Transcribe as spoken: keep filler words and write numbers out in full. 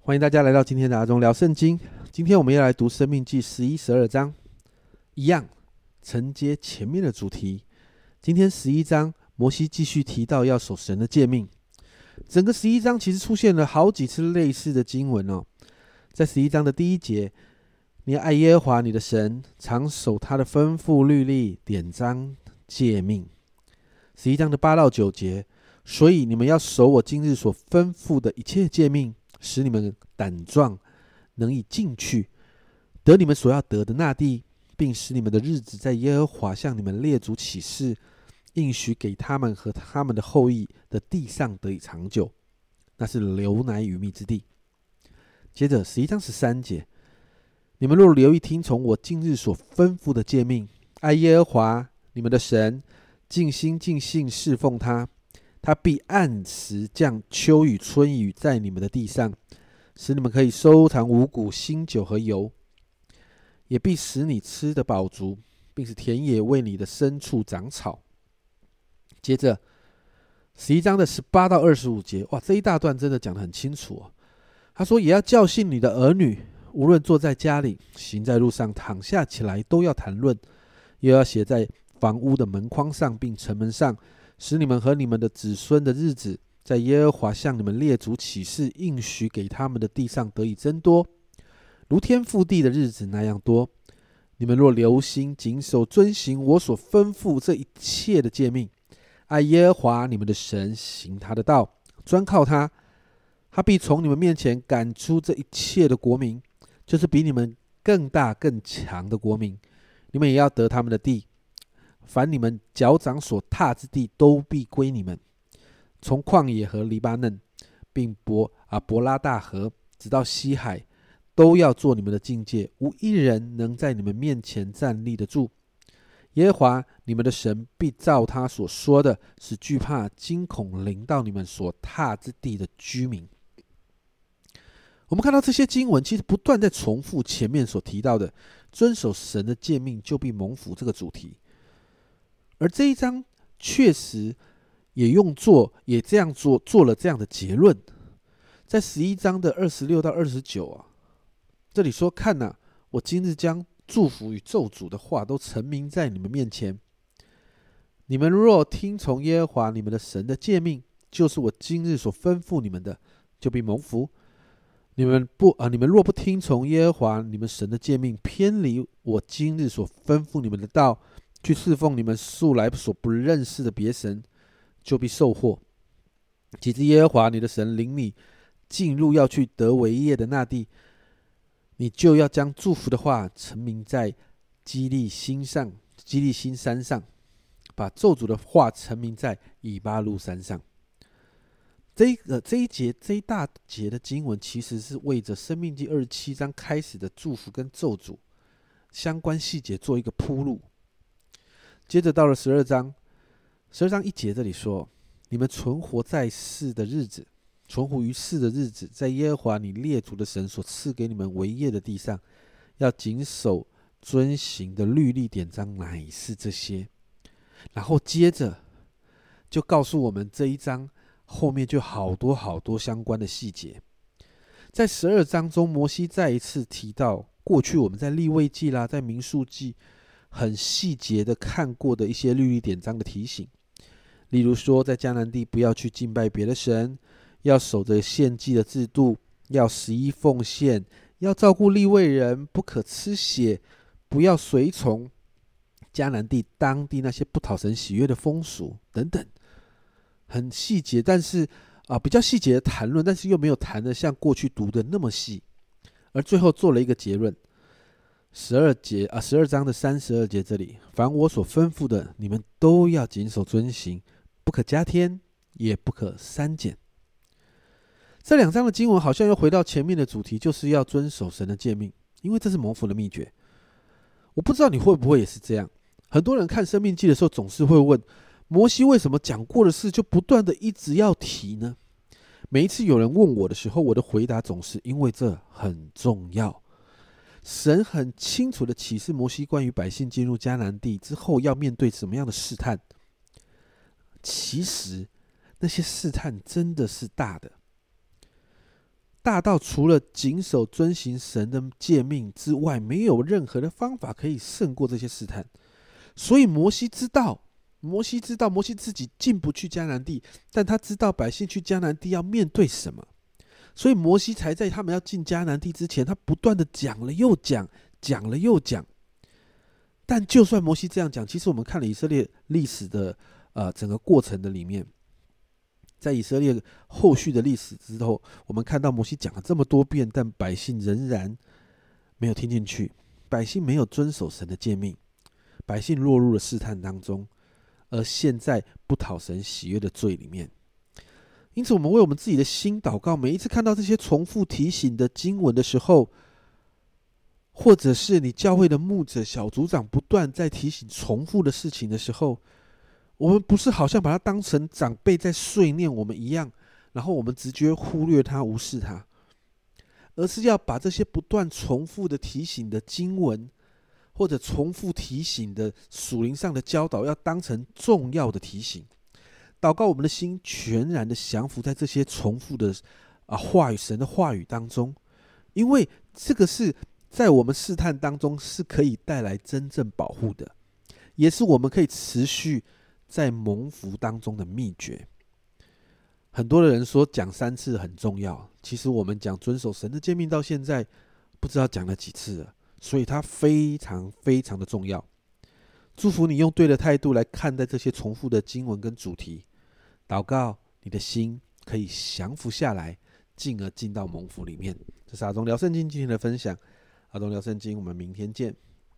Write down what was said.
欢迎大家来到今天的阿忠聊圣经。今天我们要来读生命记十一、十二章，一样承接前面的主题。今天十一章，摩西继续提到要守神的诫命。整个十一章其实出现了好几次类似的经文哦。在十一章的第一节，你要爱耶和华你的神，常守他的吩咐、律例、典章、诫命。十一章的八到九节，所以你们要守我今日所吩咐的一切诫命，使你们胆壮，能以进去，得你们所要得的那地，并使你们的日子在耶和华向你们列祖起誓，应许给他们和他们的后裔的地上得以长久，那是流奶与蜜之地。接着十一章十三节，你们若留意听从我今日所吩咐的诫命，爱耶和华你们的神，尽心尽性侍奉他，他必按时降秋雨春雨在你们的地上，使你们可以收藏五谷、新酒和油，也必使你吃得饱足，并使田野为你的牲畜长草。接着十一章的十八到二十五节，哇，这一大段真的讲得很清楚哦。他说，也要教训你的儿女，无论坐在家里、行在路上、躺下起来，都要谈论，又要写在房屋的门框上，并城门上，使你们和你们的子孙的日子，在耶和华向你们列祖起誓应许给他们的地上得以增多，如天覆地的日子那样多。你们若留心谨守遵行我所吩咐这一切的诫命，爱耶和华你们的神，行他的道，专靠他，他必从你们面前赶出这一切的国民，就是比你们更大更强的国民，你们也要得他们的地。凡你们脚掌所踏之地，都必归你们。从旷野和黎巴嫩，并伯啊伯拉大河，直到西海，都要做你们的境界，无一人能在你们面前站立得住。耶和华你们的神必照他所说的，使惧怕惊恐临到你们所踏之地的居民。我们看到这些经文其实不断在重复前面所提到的遵守神的诫命就必蒙福这个主题，而这一章确实也用作也这样做做了这样的结论。在十一章的二十六到二十九啊，这里说，看哪、啊，我今日将祝福与咒诅的话都陈明在你们面前，你们若听从耶和华你们的神的诫命，就是我今日所吩咐你们的，就必蒙福。你们不啊，你们若不听从耶和华你们神的诫命，偏离我今日所吩咐你们的道，去侍奉你们素来所不认识的别神，就必受祸。岂知耶和华你的神领你进入要去得为业的那地，你就要将祝福的话陈明在基利心上、基利心山上，把咒诅的话陈明在以巴路山上。这一个这一节这一大节的经文，其实是为着申命记二十七章开始的祝福跟咒诅相关细节做一个铺路。接着到了十二章，十二章一节这里说，你们存活在世的日子，存活于世的日子，在耶和华你列祖的神所赐给你们为业的地上，要谨守遵行的律例典章，乃是这些。然后接着就告诉我们，这一章后面就好多好多相关的细节。在十二章中，摩西再一次提到过去我们在利未记啦，在民数记很细节的看过的一些律例典章的提醒，例如说在迦南地不要去敬拜别的神，要守着献祭的制度，要十一奉献，要照顾利未人，不可吃血，不要随从迦南地当地那些不讨神喜悦的风俗等等，很细节，但是、啊、比较细节的谈论，但是又没有谈得像过去读的那么细。而最后做了一个结论，十二节啊，十二章的三十二节这里，凡我所吩咐的，你们都要谨守遵行，不可加添，也不可删减。这两章的经文好像又回到前面的主题，就是要遵守神的诫命，因为这是蒙福的秘诀。我不知道你会不会也是这样，很多人看申命记的时候总是会问，摩西为什么讲过的事就不断的一直要提呢？每一次有人问我的时候，我的回答总是因为这很重要。神很清楚的启示摩西关于百姓进入迦南地之后要面对什么样的试探。其实那些试探真的是大的， 大到除了谨守遵行神的诫命之外，没有任何的方法可以胜过这些试探。所以摩西知道，摩西知道，摩西自己进不去迦南地，但他知道百姓去迦南地要面对什么，所以摩西才在他们要进迦南地之前，他不断的讲了又讲，讲了又讲。但就算摩西这样讲，其实我们看了以色列历史的呃整个过程的里面，在以色列后续的历史之后，我们看到摩西讲了这么多遍，但百姓仍然没有听进去，百姓没有遵守神的诫命，百姓落入了试探当中，而现在不讨神喜悦的罪里面。因此我们为我们自己的心祷告，每一次看到这些重复提醒的经文的时候，或者是你教会的牧者小组长不断在提醒重复的事情的时候，我们不是好像把它当成长辈在碎念我们一样，然后我们直接忽略它，无视它，而是要把这些不断重复的提醒的经文，或者重复提醒的属灵上的教导，要当成重要的提醒。祷告我们的心全然的降服在这些重复的、啊、话语，神的话语当中，因为这个是在我们试探当中是可以带来真正保护的，也是我们可以持续在蒙福当中的秘诀。很多的人说讲三次很重要，其实我们讲遵守神的诫命到现在不知道讲了几次了，所以它非常非常的重要。祝福你用对的态度来看待这些重复的经文跟主题，祷告你的心可以降服下来，进而进到蒙福里面。这是阿忠聊圣经今天的分享，阿忠聊圣经，我们明天见。